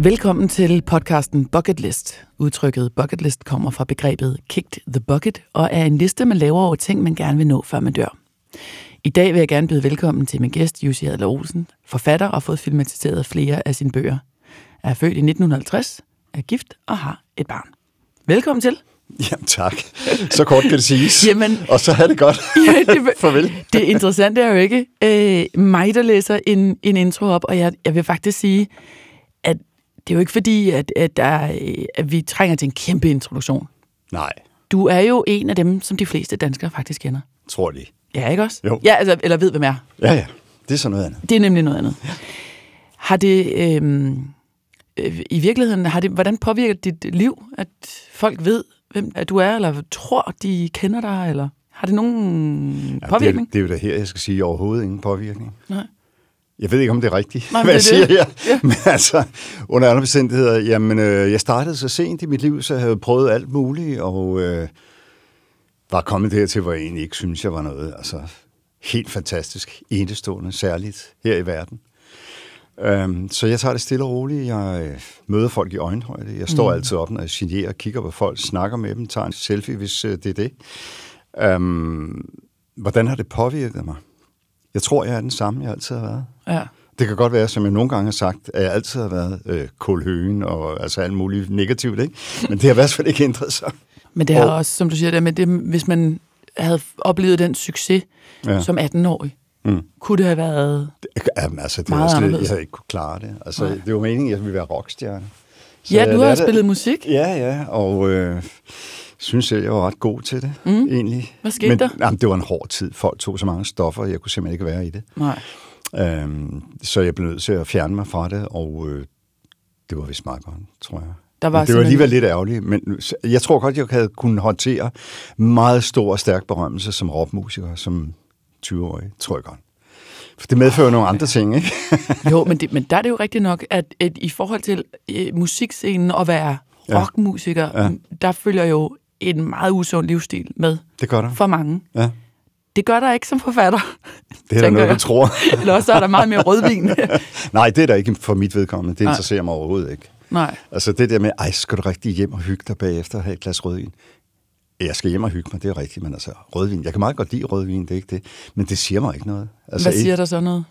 Velkommen til podcasten Bucket List. Udtrykket bucket list kommer fra begrebet kicked the bucket og er en liste, man laver over ting, man gerne vil nå, før man dør. I dag vil jeg gerne byde velkommen til min gæst, Jussi Adler-Olsen, forfatter og har fået filmatiseret flere af sine bøger. Er født i 1950, er gift og har et barn. Velkommen til. Jamen tak. Så kort kan det siges. Jamen, og så er det godt. Farvel. Det interessante er jo ikke mig, der læser en intro op, og jeg vil faktisk sige, at det er jo ikke fordi, at vi trænger til en kæmpe introduktion. Nej. Du er jo en af dem, som de fleste danskere faktisk kender. Tror de. Ja, ikke også? Jo. Ja, altså, eller ved, hvem er. Ja. Det er sådan noget andet. Det er nemlig noget andet. Ja. Har det, i virkeligheden, hvordan påvirker dit liv, at folk ved, hvem du er, eller tror, de kender dig, eller har det nogen påvirkning? Det er jo da her, jeg skal sige, overhovedet ingen påvirkning. Nej. Jeg ved ikke, om det er rigtigt, Nej, hvad jeg siger her. Ja. Men altså, under andre bestemmelser, jamen, jeg startede så sent i mit liv, så jeg havde prøvet alt muligt, og var kommet dertil, hvor jeg egentlig ikke synes, jeg var noget helt fantastisk, enestående, særligt her i verden. Så jeg tager det stille og roligt. Jeg møder folk i øjenhøjde. Jeg står altid op, når jeg signerer, kigger på folk, snakker med dem, tager en selfie, hvis det er det. Hvordan har det påvirket mig? Jeg tror, jeg er den samme, jeg altid har været. Ja. Det kan godt være, som jeg nogle gange har sagt, at jeg altid har været kulhøen og altså alt muligt negativt, ikke? Men det har i hvert fald ikke ændret sig. Men det har også, som du siger, med det, hvis man havde oplevet den succes som 18-årig, kunne det have været meget anderledes? Jeg havde ikke kunne klare det. Altså, det var meningen, at jeg ville være rockstjerne. Så ja, du har spillet musik. Ja, og synes selv, jeg var ret god til det, egentlig. Hvad skete der? Jamen, det var en hård tid. Folk tog så mange stoffer, jeg kunne simpelthen ikke være i det. Nej. Så jeg blev nødt til at fjerne mig fra det, og det var vist meget godt, tror jeg. Det var alligevel lidt ærgerligt, men jeg tror godt, jeg havde kunnet håndtere meget stor og stærk berømmelse som rockmusiker, som 20-årig, tror jeg godt. For det medfører nogle andre ting, ikke? Jo, men der er det jo rigtigt nok, at i forhold til musikscenen og være rockmusiker, der følger jo en meget usund livsstil med. Det gør der. For mange. Ja. Det gør der ikke som forfatter. Det er der noget, du tror. Eller også er der meget mere rødvin. Nej, det er der ikke for mit vedkommende. Det interesserer mig overhovedet ikke. Nej. Altså det der med, skal du rigtig hjem og hygge dig bagefter og have et glas rødvin? Jeg skal hjem og hygge mig, det er rigtigt, men altså rødvin. Jeg kan meget godt lide rødvin, det er ikke det. Men det siger mig ikke noget. Altså, hvad siger der så noget?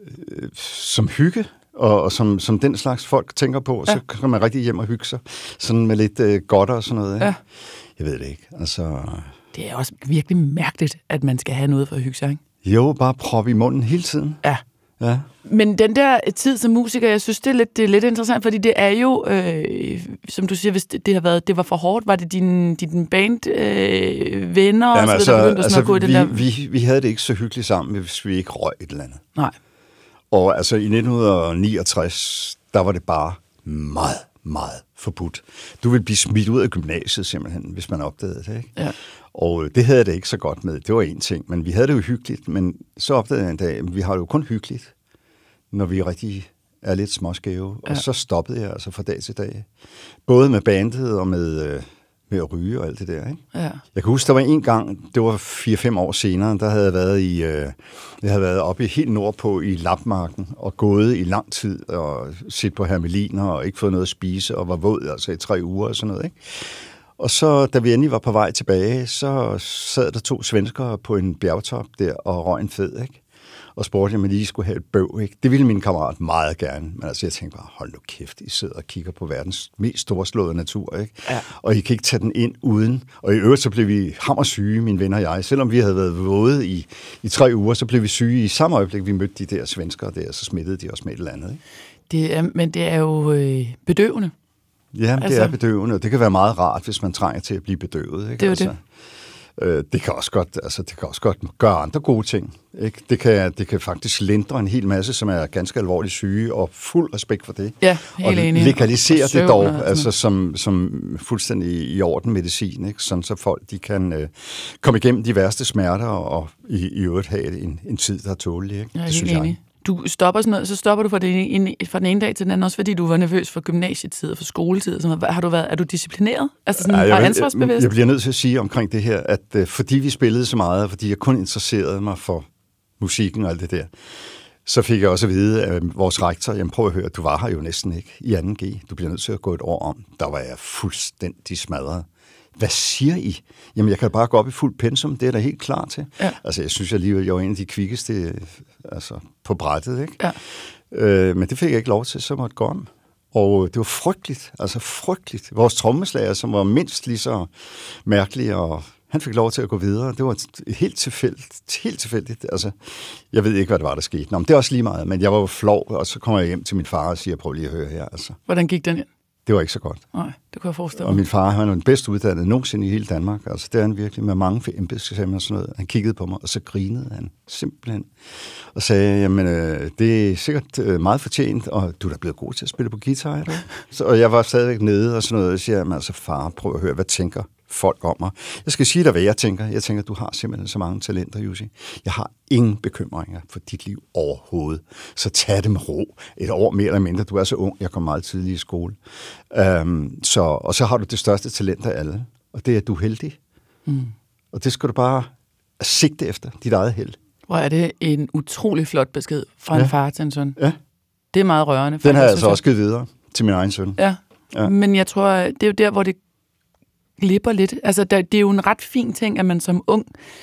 Som hygge, og som den slags folk tænker på, så kan man rigtig hjem og hygge sig. Sådan med lidt godt og sådan noget. Ikke? Ja. Jeg ved det ikke. Altså, det er også virkelig mærkeligt, at man skal have noget for at hygge sig, ikke? Jo, bare prop i munden hele tiden. Ja. Ja. Men den der tid som musiker, jeg synes, det er lidt interessant, fordi det er jo, som du siger, hvis det var for hårdt, var det din band venner og så videre, der begyndte at gå i den der? Vi havde det ikke så hyggeligt sammen, hvis vi ikke røg et eller andet. Nej. Og altså i 1969, der var det bare meget, meget forbudt. Du ville blive smidt ud af gymnasiet simpelthen, hvis man opdagede det, ikke? Ja. Og det havde jeg det ikke så godt med. Det var en ting, men vi havde det jo hyggeligt. Men så opdagede jeg en dag, at vi har det jo kun hyggeligt, når vi rigtig er lidt småskæve. Ja. Og så stoppede jeg altså fra dag til dag. Både med bandet og med at ryge og alt det der, ikke? Ja. Jeg kan huske, der var en gang, det var 4-5 år senere, der havde jeg været jeg havde været oppe helt nordpå i Lapmarken og gået i lang tid og set på hermeliner og ikke fået noget at spise og var våd altså i 3 uger og sådan noget, ikke? Og så, da vi endelig var på vej tilbage, så sad der 2 svenskere på en bjergtop der og røg en fed, ikke? Og spurgte, om jeg lige skulle have et bøv, ikke? Det ville min kammerat meget gerne. Men altså, jeg tænkte bare, hold nu kæft, I sidder og kigger på verdens mest storslåede natur, ikke? Ja. Og I kan ikke tage den ind uden. Og i øvrigt, så blev vi hammersyge, mine venner og jeg. Selvom vi havde været våde i 3 uger, så blev vi syge i samme øjeblik, vi mødte de der svenskere der, så smittede de os med et eller andet, ikke? Men det er jo bedøvende. Ja, det er bedøvende, og det kan være meget rart, hvis man trænger til at blive bedøvet, ikke? Det er det. Det kan også godt gøre andre gode ting, ikke? Det kan faktisk lindre en hel masse, som er ganske alvorligt syge, og fuld respekt for det. Ja, helt enig. Og legalisere det dog, altså som fuldstændig i orden medicin, ikke? Sådan så folk de kan komme igennem de værste smerter og i øvrigt have en tid, der er tålelig, ikke? Ja, det synes jeg. Du stopper sådan noget, så stopper du fra den ene dag til den anden, også fordi du var nervøs for gymnasietid og for skoletid og sådan noget. Er du disciplineret? Altså sådan, og ansvarsbevidst? Jeg bliver nødt til at sige omkring det her, at fordi vi spillede så meget, og fordi jeg kun interesserede mig for musikken og alt det der, Så fik jeg også at vide af vores rektor, jamen prøv at høre, du var her jo næsten ikke i 2G. Du bliver nødt til at gå et år om. Der var jeg fuldstændig smadret. Hvad siger I? Jamen, jeg kan bare gå op i fuld pensum, det er da helt klar til. Ja. Altså, jeg synes alligevel, jeg var en af de kvikkeste på brættet, ikke? Ja. Men det fik jeg ikke lov til, så måtte gå om. Og det var frygteligt, altså frygteligt. Vores trommeslager, som var mindst lige så mærkelig, og han fik lov til at gå videre. Det var helt tilfældigt. Altså, jeg ved ikke, hvad det var, der skete. Nå, men det er også lige meget, men jeg var jo flov, og så kommer jeg hjem til min far og siger, prøv lige at høre her. Altså. Hvordan gik den ind? Det var ikke så godt. Nej, det kunne jeg forestille mig. Og min far, han var den bedst uddannede nogensinde i hele Danmark. Altså, det er han virkelig med mange embedseksaminer og sådan noget. Han kiggede på mig, og så grinede han simpelthen. Og sagde, jamen, det er sikkert meget fortjent, og du er da blevet god til at spille på guitar, er du? Og jeg var stadigvæk nede og sådan noget, og siger, jamen, altså far, prøv at høre, hvad tænker folk om mig? Jeg skal sige dig, hvad jeg tænker. Jeg tænker, du har simpelthen så mange talenter, Jussi. Jeg har ingen bekymringer for dit liv overhovedet. Så tag det med ro. Et år mere eller mindre. Du er så ung. Jeg kom meget tidligt i skole. Og så har du det største talent af alle. Og det er, at du er heldig. Mm. Og det skal du bare sigte efter. Dit eget held. Hvor er det en utrolig flot besked fra en far til en søn. Ja. Det er meget rørende. Den har jeg altså også givet videre til min egen søn. Ja. Men jeg tror, det er jo der, hvor det glipper lidt. Altså, det er jo en ret fin ting, at man som ung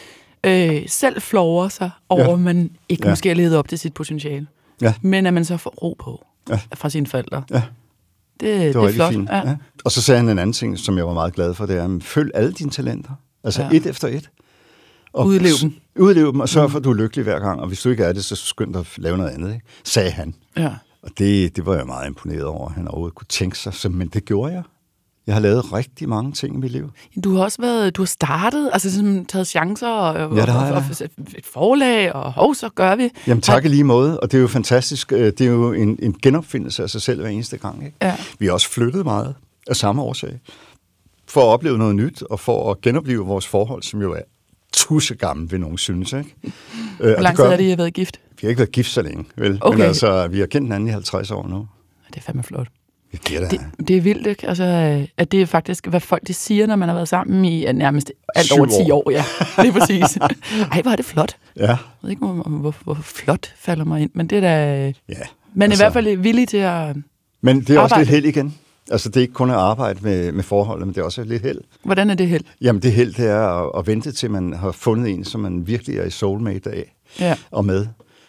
selv flover sig over, at man ikke måske har levet op til sit potentiale. Ja. Men at man så får ro på fra sine forældre. Ja. Det er flot. Fint. Ja. Og så sagde han en anden ting, som jeg var meget glad for, det er, følg alle dine talenter. Altså et efter et. Og udlev dem, og sørg for, at du er lykkelig hver gang. Og hvis du ikke er det, så skynd dig at lave noget andet, ikke? Sagde han. Ja. Og det var jeg meget imponeret over, at han overhovedet kunne tænke sig. Men det gjorde jeg. Jeg har lavet rigtig mange ting i mit liv. Du har startet, altså sådan, taget chancer og et forlag, og så gør vi. Jamen tak i lige måde, og det er jo fantastisk. Det er jo en genopfindelse af sig selv hver eneste gang. Ikke? Ja. Vi har også flyttet meget af samme årsag. For at opleve noget nyt, og for at genopleve vores forhold, som jo er tussegammel, vil nogen synes. Ikke? Hvor lang tid er det, I har været gift? Vi har ikke været gift så længe, vel? Okay. Men altså, vi har kendt hinanden i 50 år nu. Det er fandme flot. Det er vildt, ikke? Altså, at det er faktisk, hvad folk de siger, når man har været sammen i nærmest alt over 10 år. Ja, det er præcis. Ej, hvor er det flot. Ja. Jeg ved ikke, hvor flot falder mig ind, men det er da... Ja, man er i hvert fald villig til at Men det er også lidt held igen. Altså, det er ikke kun at arbejde med forholdet, men det er også lidt held. Hvordan er det held? Jamen, det held, det er at vente til, man har fundet en, som man virkelig er i soulmate af og med.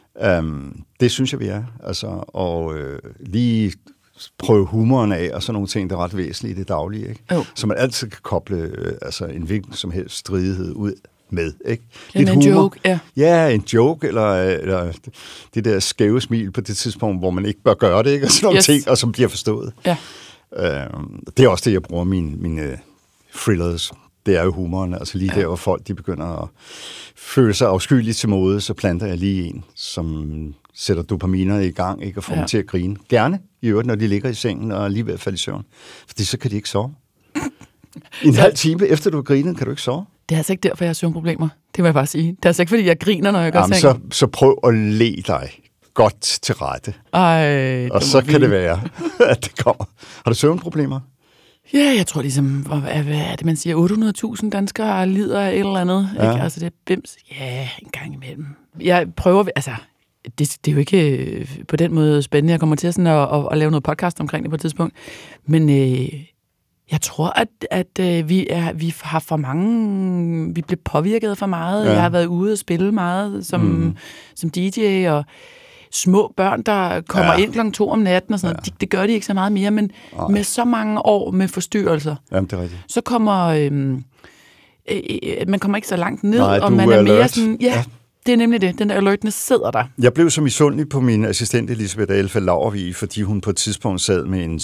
Det synes jeg, vi er. Altså, og lige prøve humoren af, og sådan nogle ting, der er ret væsentlige i det daglige, ikke? Så man altid kan koble en hvilken som helst stridighed ud med, ikke? Lidt en humor. Joke, ja. Ja, en joke, eller det der skæve smil på det tidspunkt, hvor man ikke bør gøre det, ikke? Og sådan nogle ting, og som bliver forstået. Ja. Det er også det, jeg bruger mine thrillers. Det er jo humoren, altså lige der, hvor folk de begynder at føle sig afskyeligt til mode, så planter jeg lige en, som sætter dopaminer i gang, ikke, og får dem til at grine. Gerne, i øvrigt, når de ligger i sengen og er lige ved at falde i søvn. Fordi så kan de ikke sove. En halv time efter du har grinet, kan du ikke sove. Det er altså ikke derfor, jeg har søvnproblemer. Det må jeg bare sige. Det er altså ikke, fordi jeg griner, når jeg går i seng. Så prøv at le dig godt til rette. Og så kan det være, at det kommer. Har du søvnproblemer? Ja, jeg tror ligesom, hvad er det, man siger, 800.000 danskere lider af et eller andet. Ja. Ikke? Altså, det er bims. Ja, en gang imellem. Jeg prøver, altså, det er jo ikke på den måde spændende. Jeg kommer til sådan at lave noget podcast omkring det på et tidspunkt. Men jeg tror, at vi har for mange, vi bliver påvirket for meget. Ja. Jeg har været ude og spille meget som DJ, og små børn, der kommer ind kl. 2 om natten og sådan noget. Det gør de ikke så meget mere, men med så mange år med forstyrrelser, jamen, det er rigtigt. Så kommer man kommer ikke så langt ned, og man er mere sådan, det er nemlig det. Den der alertness sidder der. Jeg blev så misundelig på min assistent Elisabeth Alfeldt-Laurvig, fordi hun på et tidspunkt sad med en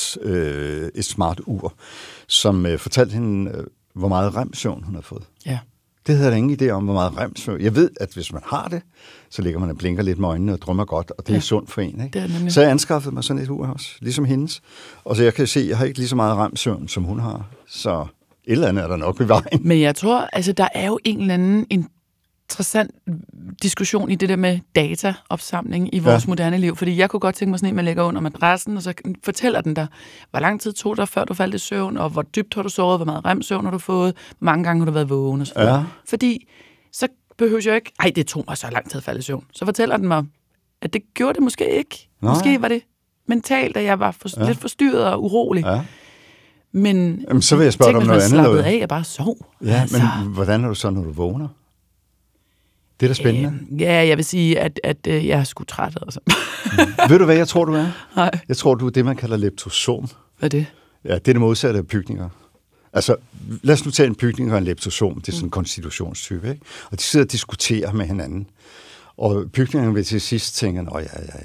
et smart ur, som fortalte hende, hvor meget REM-søvn hun har fået. Ja. Det havde jeg ingen idé om, hvor meget REM-søvn. Jeg ved, at hvis man har det, så ligger man og blinker lidt med øjnene og drømmer godt, og det er sundt for en. Ikke? Så jeg anskaffede mig sådan et ur også, ligesom hendes. Og så jeg kan se, at jeg har ikke lige så meget REM-søvn, som hun har. Så et eller andet er der nok ved vejen. Men jeg tror, altså der er jo en eller anden interessant diskussion i det der med dataopsamling i vores moderne liv. Fordi jeg kunne godt tænke mig sådan en, man lægger under madrassen, og så fortæller den der, hvor lang tid tog det, før du faldt i søvn, og hvor dybt har du sovet, hvor meget REM-søvn har du fået, hvor mange gange har du været vågen og sådan. Ja. Fordi så behøver jeg ikke, det tog mig så lang tid at falde i søvn. Så fortæller den mig, at det gjorde det måske ikke. Nej. Måske var det mentalt, at jeg var lidt forstyrret og urolig. Ja. Men jamen, så vil jeg spørge dig om noget andet. Slappet af, jeg bare sov. Ja, altså. Men hvordan er du så, når du vågner? Det er da spændende. Ja, jeg vil sige, at jeg er sgu træt. Altså. Ved du, hvad jeg tror, du er? Nej. Jeg tror, du er det, man kalder leptosom. Hvad er det? Ja, det er det modsatte af pygninger. Altså, lad os nu tage en pygning og en leptosom. Det er sådan en konstitutionstype, ikke? Og de sidder og diskuterer med hinanden. Og pygningerne vil til sidst tænke, ja.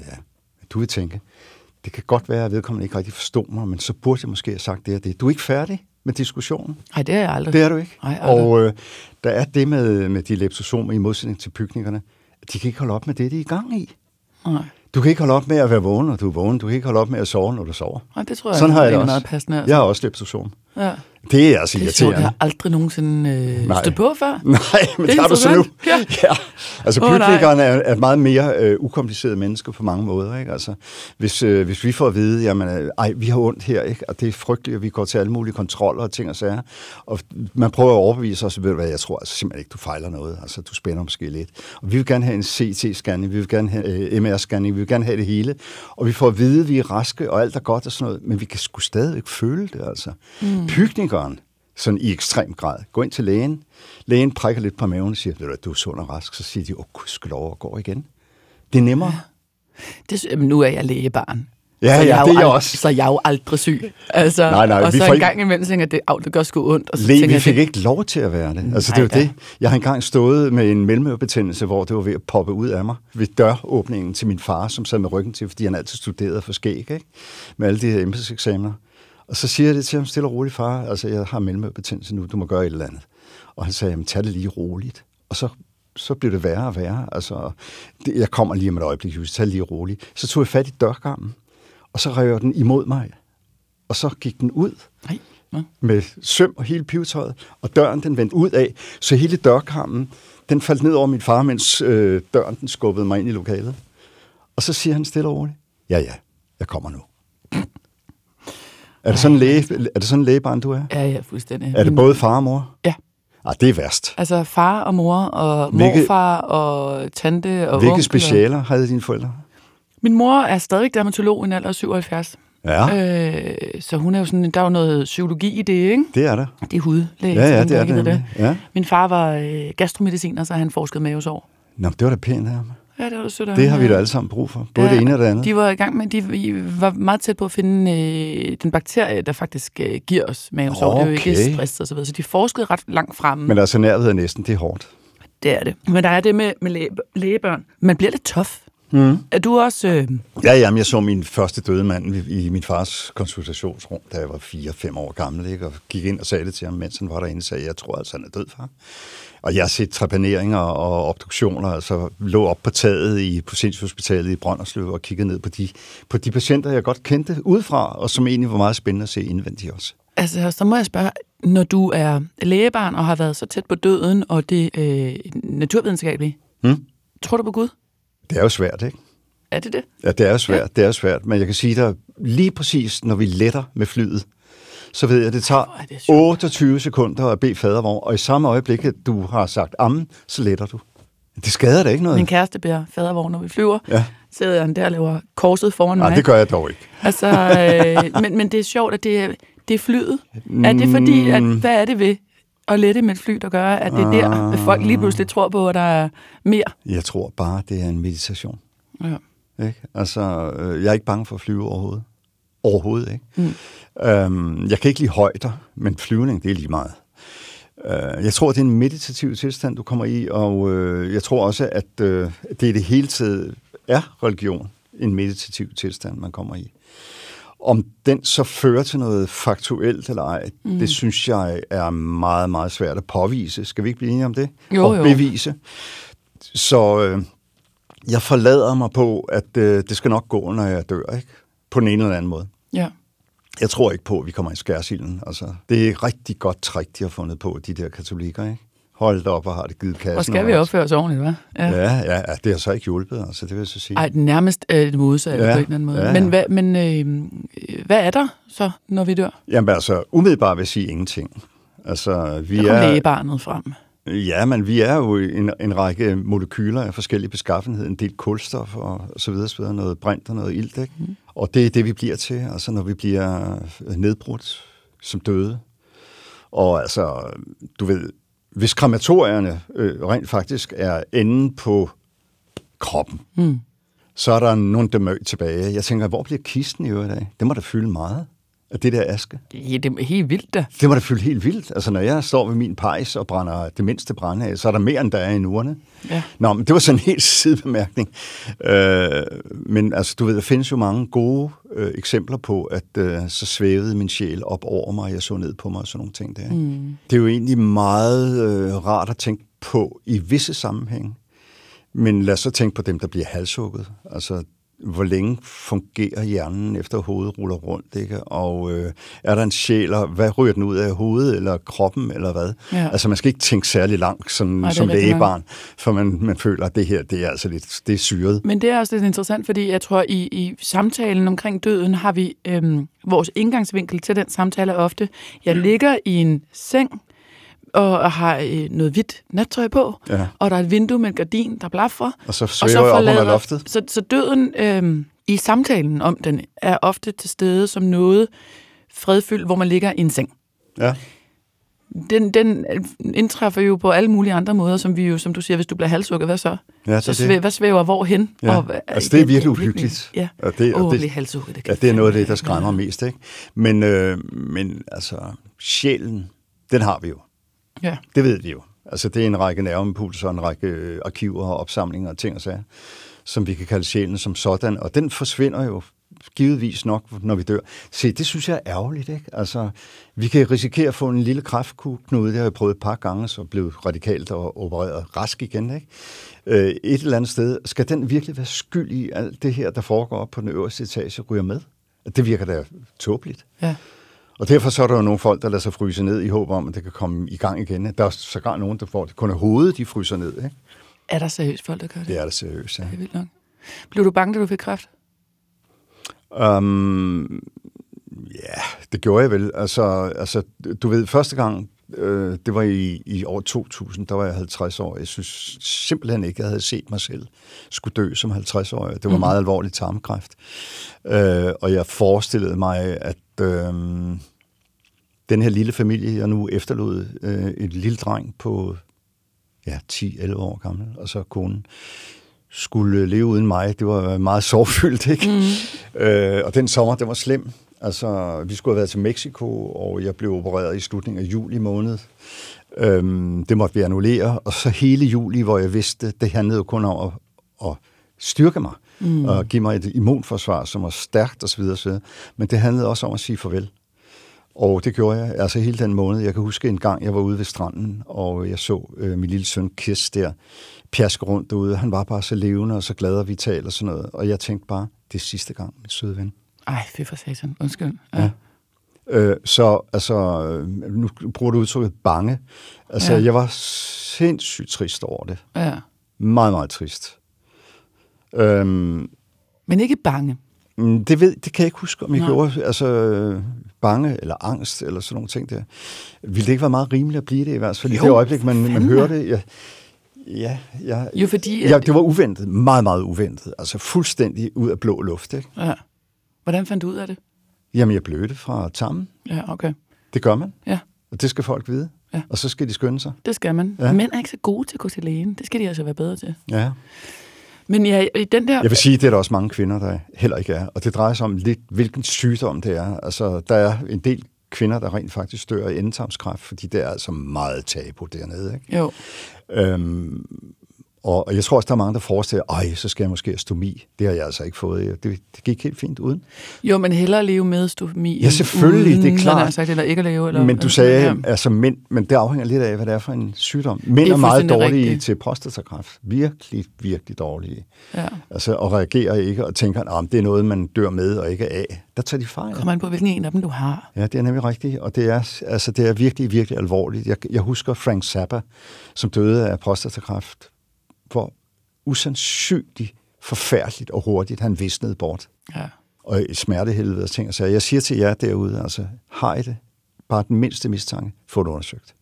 Du vil tænke, det kan godt være, at vedkommende ikke rigtig forstår mig, men så burde jeg måske have sagt det og det. Du er ikke færdig med diskussionen. Nej, det er jeg aldrig. Det er du ikke. Ej, aldrig. Og der er det med de leptosomer i modsætning til pygningerne, at de kan ikke holde op med det, de er i gang i. Nej. Du kan ikke holde op med at være vågen, når du er vågen. Du kan ikke holde op med at sove, når du sover. Nej, det tror jeg, sådan har jeg det også. Meget passende. Altså. Jeg har også leptosom. Ja. Det er altså irriterende. Det har jeg aldrig nogensinde stødt på før. Nej, men det har du så nu. Ja. Altså, pygnikeren er et meget mere ukompliceret menneske på mange måder. Ikke? Altså, hvis vi får at vide, jamen, vi har ondt her, ikke? Og det er frygteligt, at vi går til alle mulige kontroller og ting og sager, og man prøver at overbevise os, ved du hvad, jeg tror altså simpelthen ikke, du fejler noget. Altså, du spænder måske lidt. Og vi vil gerne have en CT-scanning, vi vil gerne have MR-scanning, vi vil gerne have det hele. Og vi får at vide, at vi er raske, og alt er godt og sådan noget, men vi kan sgu stadigvæk føle det, altså. Pygnikeren, sådan i ekstrem grad, gå ind til lægen. Lægen prikker lidt på maven og siger, du er sund og rask. Så siger de, gudskelov, og går igen. Det er nemmere. Ja. Nu er jeg lægebarn. Ja, det er jeg også. Så jeg er jo aldrig syg. Altså, nej, og så en gang imellem tænker jeg, det gør sgu ondt. Og så vi fik ikke lov til at være det. Altså, det er jo det. Jeg har engang stået med en mellemørebetændelse, hvor det var ved at poppe ud af mig. Ved døråbningen til min far, som sad med ryggen til, fordi han altid studerede for skæg, ikke? Med alle de her embedseksamener. Og så siger jeg det til ham stille og roligt, far, altså jeg har mellemørebetændelse nu, du må gøre et eller andet. Og han sagde, jamen tag det lige roligt. Og så blev det værre og værre. Altså, jeg kommer lige om et øjeblik, tag det lige roligt. Så tog jeg fat i dørkarmen, og så rev jeg den imod mig. Og så gik den ud med søm og hele pivetøjet, og døren den vendte ud af, så hele dørkarmen, den faldt ned over min far, mens døren den skubbede mig ind i lokalet. Og så siger han stille og roligt, ja, jeg kommer nu. Er det sådan en lægebarn, du er? Ja, fuldstændig. Er det både far og mor? Ja. Det er værst. Altså far og mor, og morfar og tante og onkel. Hvilke specialer havde dine forældre? Min mor er stadig dermatolog i en alder af 77. Ja. Så hun er jo sådan, der er jo noget psykologi i det, ikke? Det er der. Det er hudlæge. Ja, det er det. Ja. Min far var gastromediciner, så han forskede mavesår. Nå, det var da pænt her. Ja, det var da sødt. Det har vi da alle sammen brug for. Både det ene og det andet. De var i gang med, de var meget tæt på at finde den bakterie, der faktisk giver os mavesår. Okay. Det er jo ikke stress og så videre. Så de forskede ret langt fremme. Men altså nærved af næsten, det er hårdt. Det er det. Men der er det med lægebørn. Man bliver lidt tof. Er du også... Jamen, jeg så min første døde mand i min fars konsultationsrum, da jeg var 4-5 år gammel, ikke? Og gik ind og sagde det til ham, mens han var derinde, sagde, jeg tror altså, han er død, far. Og jeg har set trepaneringer og obduktioner, altså lå op på taget på sindssygehospitalet i Brønderslev og kiggede ned på de patienter, jeg godt kendte udefra, og som egentlig var meget spændende at se indvendigt også. Altså, så må jeg spørge, når du er lægebarn og har været så tæt på døden og det naturvidenskabelige, tror du på Gud? Det er jo svært, ikke? Er det det? Ja, det er jo svært. Ja. Det er jo svært, men jeg kan sige dig, lige præcis når vi letter med flyet, så ved jeg, at det tager 28 sekunder at bede fadervogn, og i samme øjeblik, at du har sagt amen, så letter du. Det skader da ikke noget. Min kæreste beder fadervogn, når vi flyver. Ja. Sidder han der og laver korset foran mig. Nej, det gør jeg dog ikke. Altså, men det er sjovt, at det er flyet. Er det fordi, hvad er det ved at lette med et fly, der gør, at det er der, at folk lige pludselig tror på, at der er mere? Jeg tror bare, det er en meditation. Ja. Ikke? Altså, jeg er ikke bange for at flyve overhovedet. Overhovedet, ikke? Jeg kan ikke lide højder, men flyvning, det er lige meget. Jeg tror, det er en meditativ tilstand, du kommer i, og jeg tror også, at det i det hele taget er religion, en meditativ tilstand, man kommer i. Om den så fører til noget faktuelt eller ej, det synes jeg er meget, meget svært at påvise. Skal vi ikke blive enige om det? Jo. Bevise. Så jeg forlader mig på, at det skal nok gå, når jeg dør, ikke? På den ene eller anden måde. Ja. Jeg tror ikke på, at vi kommer i skærsilden. Altså, det er et rigtig godt trick, de har fundet på, de der katolikker, ikke? Holdt op og har det givet kassen. Og skal vi opføre os ordentligt, hva'? Ja, det har så ikke hjulpet, altså, det vil jeg så sige. Ej, nærmest det modsatte på en eller anden måde. Ja. Men hvad er der så, når vi dør? Jamen altså, umiddelbart vil jeg sige ingenting. Altså, der kom lægebarnet frem. Ja, men vi er jo en række molekyler af forskellige beskaffenhed, en del kulstof og så videre, noget brint og noget ilt, ikke? Mm. Og det er det, vi bliver til, altså når vi bliver nedbrudt som døde. Og altså, du ved, hvis krematorierne rent faktisk er enden på kroppen, så er der nogen dømøg tilbage. Jeg tænker, hvor bliver kisten i øvrigt af? Det må da fylde meget. Af det der aske. Ja, det er helt vildt da. Det må da fylde helt vildt. Altså, når jeg står ved min pejs og brænder det mindste brand af, så er der mere, end der er i urne. Ja. Nå, men det var sådan en helt sidebemærkning. Men altså, du ved, der findes jo mange gode eksempler på, at så svævede min sjæl op over mig, og jeg så ned på mig og sådan nogle ting der. Mm. Det er jo egentlig meget rart at tænke på i visse sammenhæng. Men lad os så tænke på dem, der bliver halshugget. Altså, hvor længe fungerer hjernen efter hovedet ruller rundt, ikke? Og er der en sjæl, og hvad ryger den ud af hovedet, eller kroppen, eller hvad? Ja. Altså, man skal ikke tænke særlig langt som lægebarn, for man føler, at det her, det er altså lidt, det er syret. Men det er også lidt interessant, fordi jeg tror, i samtalen omkring døden har vi vores indgangsvinkel til den samtale er ofte, jeg ligger i en seng, og har noget hvidt nattøj på, og der er et vindue med et gardin, der blaffer. Og så svæver jeg op under loftet. Så døden i samtalen om den er ofte til stede som noget fredfyldt, hvor man ligger i en seng. Ja. Den indtræffer jo på alle mulige andre måder, som vi jo, som du siger, hvis du bliver halshugget, hvad så? Ja, så hvad svæver hvorhen? Ja. Og, altså det er virkelig uhyggeligt. Ja. Blive halshugget. Det er noget af det, der skræmmer mest, ikke? Men altså, sjælen, den har vi jo. Ja. Det ved vi jo. Altså, det er en række nerveimpulser, en række arkiver og opsamlinger og ting og sager, som vi kan kalde sjælen som sådan, og den forsvinder jo givetvis nok, når vi dør. Se, det synes jeg er ærgerligt, ikke? Altså, vi kan risikere at få en lille kræftknude, det har jeg prøvet et par gange, så blev radikalt og opereret rask igen, ikke? Et eller andet sted, skal den virkelig være skyld i alt det her, der foregår op på den øverste etage, ryger med? Det virker da tåbeligt. Ja. Og derfor så er der jo nogle folk, der lader sig fryse ned i håb om, at det kan komme i gang igen. Der er sågar nogen, der får det kun af hovedet, de fryser ned. Ikke? Er der seriøst folk, der gør det? Det er der seriøst, ja. Det er vildt nok. Blev du bange, da du fik kræft? Ja, det gjorde jeg vel. Altså, du ved, første gang, det var i år 2000, der var jeg 50 år. Jeg synes simpelthen ikke, jeg havde set mig selv skulle dø som 50-årig. Det var meget alvorligt tarmkræft. Og jeg forestillede mig, at den her lille familie, jeg nu efterlod, en lille dreng på 10-11 år gammel, og så konen, skulle leve uden mig. Det var meget sorgfyldt, ikke? Og den sommer, det var slem. Altså, vi skulle have været til Mexico, og jeg blev opereret i slutningen af juli måned. Det måtte vi annullere, og så hele juli, hvor jeg vidste, det handlede jo kun om at styrke mig, og give mig et immunforsvar, som var stærkt osv. Men det handlede også om at sige farvel. Og det gjorde jeg, altså hele den måned. Jeg kan huske en gang, jeg var ude ved stranden, og jeg så min lille søn Kiss der, pjaske rundt derude. Han var bare så levende og så glad og vital og sådan noget. Og jeg tænkte bare, det er sidste gang, min søde ven. Ej, fy for satan. Undskyld. Ja. Så altså, nu bruger du udtrykket bange. Altså, jeg var sindssygt trist over det. Ja. Meget, meget trist. Men ikke bange? Det kan jeg ikke huske, om jeg gjorde. Altså, bange eller angst eller sådan nogle ting der. Ville det ikke være meget rimeligt at blive det i hvert fald? I det øjeblik, man hører det. Jo, fordi... det var uventet. Meget, meget uventet. Altså fuldstændig ud af blå luft, ikke? Ja. Hvordan fandt du ud af det? Jamen, jeg blødte fra tarmen. Ja, okay. Det gør man. Ja. Og det skal folk vide. Ja. Og så skal de skynde sig. Det skal man. Ja. Mænd er ikke så gode til at gå til lægen. Det skal de altså være bedre til. Ja. Men i den der... Jeg vil sige, det er der også mange kvinder, der heller ikke er. Og det drejer sig om lidt, hvilken sygdom det er. Altså, der er en del kvinder, der rent faktisk dør af endetarmskræft, fordi det er altså meget tabu dernede, ikke? Jo. Og jeg tror også, der er mange, der forestiller, så skal jeg måske have stomi. Det har jeg altså ikke fået. Det gik helt fint uden. Jo, men hellere leve med stomi. Ja, selvfølgelig, det er klart. Sagt, eller ikke at leve. Eller, men du sagde, altså mænd, men det afhænger lidt af, hvad det er for en sygdom. Mænd er meget dårlige til prostatakræft. Virkelig, virkelig dårlige. Ja. Altså, og reagerer ikke og tænker, det er noget, man dør med og ikke af. Der tager de fejl. Kommer an på, hvilken en af dem du har. Ja, det er nemlig rigtigt. Og det er virkelig, virkelig alvorligt. Jeg husker Frank Zappa, som døde af prostatakræft. Hvor usandsynligt, forfærdeligt og hurtigt han visnede bort. Ja. Og i smertehelvede og ting. Så jeg siger til jer derude, altså, har I det? Bare den mindste mistanke, få det undersøgt.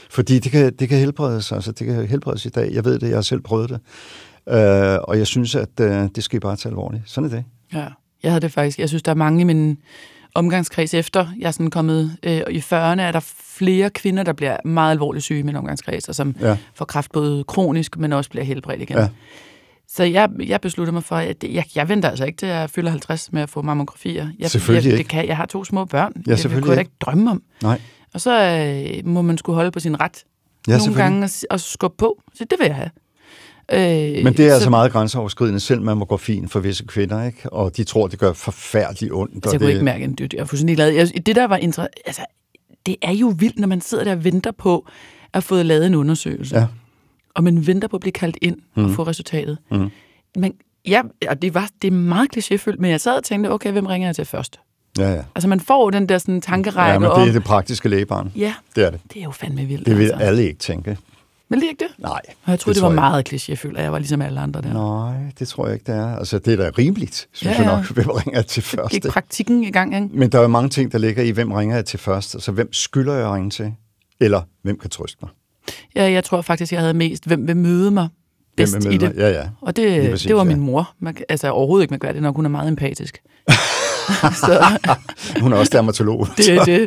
Fordi det kan helbredes, altså det kan helbredes i dag. Jeg ved det, jeg har selv prøvet det. Og jeg synes, at det skal I bare tage alvorligt. Sådan er det. Ja, jeg havde det faktisk. Jeg synes, der er mange i min omgangskreds efter. Jeg er sådan kommet i 40'erne, er der flere kvinder, der bliver meget alvorligt syge i min omgangskreds, og som får kræft både kronisk, men også bliver helbredt igen. Ja. Så jeg besluttede mig for, at jeg venter altså ikke til jeg fylder 50 med at få mammografier. Jeg har 2 små børn. Det kunne jeg ikke drømme om. Nej. Og så må man skulle holde på sin ret nogle gange og skubbe på. Så det vil jeg have. Men det er altså meget grænseoverskridende, selv mammografien for visse kvinder, ikke? Og de tror, det gør forfærdeligt ondt. Altså, jeg kunne ikke mærke en dyt. Jeg er fuldstændig glad. Det der var altså, det er jo vildt, når man sidder der og venter på at få lavet en undersøgelse. Ja. Og man venter på at blive kaldt ind og få resultatet. Mm. Men og det er meget klichéfyldt, men jeg sad og tænkte, okay, hvem ringer jeg til først? Ja. Altså, man får den der sådan tankerække. Ja, men det er det praktiske lægebarn. Ja, det er det. Det er jo fandme vildt. Det vil alle ikke tænke. Vil det ikke det? Nej. Og jeg troede, det var meget klichéfyldt, at jeg var ligesom alle andre der. Nej, det tror jeg ikke, det er. Altså, det er da rimeligt, synes jeg nok, hvem ringer jeg til først. Gik praktikken i gang, ikke? Men der er jo mange ting, der ligger i, hvem ringer jeg til først. Altså, hvem skylder jeg at ringe til? Eller hvem kan trøste mig? Ja, jeg tror faktisk, jeg havde mest, hvem vil møde mig bedst i det. Ja. Og det var min mor. Altså, overhovedet ikke, man gør det nok. Hun er meget empatisk. Så. Hun er også dermatolog. Det er det.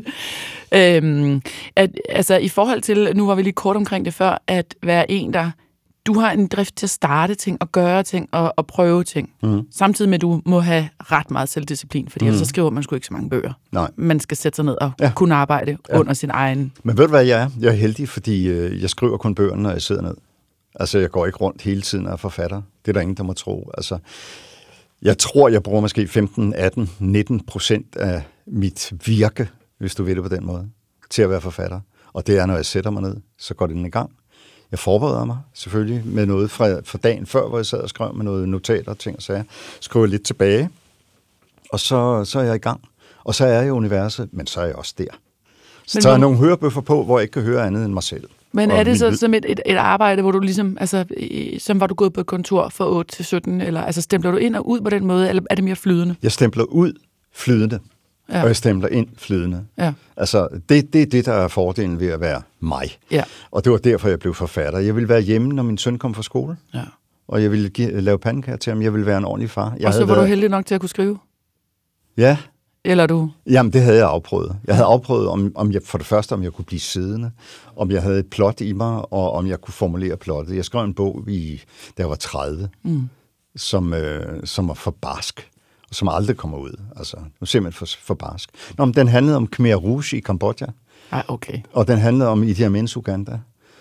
Altså i forhold til, nu var vi lige kort omkring det før, at være en, der du har en drift til at starte ting og gøre ting og prøve ting. Samtidig med, at du må have ret meget selvdisciplin, fordi ellers så skriver man sgu ikke så mange bøger. Nej. Man skal sætte sig ned og kunne arbejde under sin egen... Men ved du hvad jeg er? Jeg er heldig, fordi jeg skriver kun bøgerne, når jeg sidder ned. Altså jeg går ikke rundt hele tiden og er forfatter. Det er der ingen, der må tro. Altså jeg tror, jeg bruger måske 15, 18, 19% af mit virke, hvis du ved det på den måde, til at være forfatter. Og det er, når jeg sætter mig ned, så går den i gang. Jeg forbereder mig selvfølgelig med noget fra dagen før, hvor jeg sad og skrev med noget notater og ting og sager. Skriver lidt tilbage, og så er jeg i gang. Og så er jeg i universet, men så er jeg også der. Så tager jeg nogle hørebøffer på, hvor jeg ikke kan høre andet end mig selv. Men er det så som et arbejde, hvor du ligesom, altså, som var du gået på et kontor fra 8 til 17, eller altså stempler du ind og ud på den måde, eller er det mere flydende? Jeg stempler ud flydende, og jeg stempler ind flydende. Ja. Altså, det er det, der er fordelen ved at være mig. Ja. Og det var derfor, jeg blev forfatter. Jeg ville være hjemme, når min søn kom fra skole, og jeg ville lave pandekager til ham. Jeg ville være en ordentlig far. Og så var du heldig nok til at kunne skrive? Ja. Eller du? Jamen, det havde jeg afprøvet. Jeg havde afprøvet, om jeg for det første, om jeg kunne blive siddende, om jeg havde et plot i mig, og om jeg kunne formulere plottet. Jeg skrev en bog, da jeg var 30, som var for barsk, og som aldrig kommer ud. Altså, nu simpelthen for barsk. Nå, men den handlede om Khmer Rouge i Kambodja. Okay. Og den handlede om Idi Amins Uganda.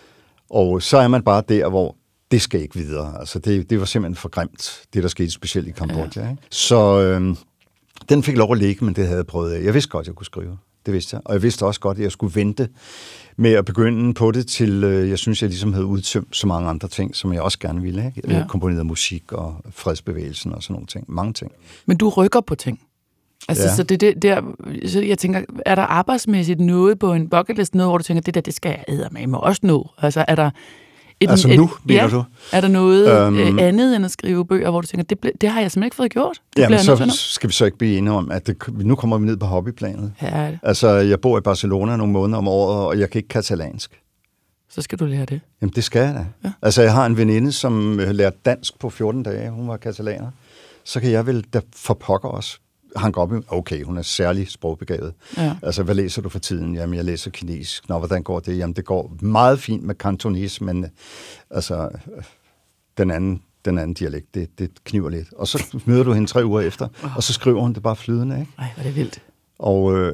Og så er man bare der, hvor det skal ikke videre. Altså, det var simpelthen for grimt, det der skete specielt i Kambodja. Ja. Ikke? Så... den fik lov at ligge, men det havde jeg prøvet af. Jeg vidste godt, at jeg kunne skrive. Det vidste jeg. Og jeg vidste også godt, at jeg skulle vente med at begynde på det, til jeg synes, jeg ligesom havde udtømt så mange andre ting, som jeg også gerne ville. Ikke? Ja. Komponeret musik og fredsbevægelsen og sådan nogle ting. Mange ting. Men du rykker på ting. Altså, så det der, så jeg tænker, er der arbejdsmæssigt noget på en bucketlist, noget, hvor du tænker, det skal jeg eddermame også nå? Altså, er der... nu, mener du? Er der noget andet end at skrive bøger, hvor du tænker, det har jeg simpelthen ikke fået gjort? Jamen, så skal vi så ikke blive enige om, at nu kommer vi ned på hobbyplanet. Ja. Altså, jeg bor i Barcelona nogle måneder om året, og jeg kan ikke katalansk. Så skal du lære det. Jamen, det skal jeg da. Ja. Altså, jeg har en veninde, som lærte dansk på 14 dage. Hun var katalaner. Så kan jeg vel da for pokker også hanke op i, okay, hun er særlig sprogbegavet. Ja. Altså, hvad læser du for tiden? Jamen, jeg læser kinesisk. Nå, hvordan går det? Jamen, det går meget fint med kantonis, men altså, den anden dialekt, det kniver lidt. Og så møder du hende 3 uger efter, og så skriver hun det bare flydende, ikke? Ej, hvor er det vildt. Og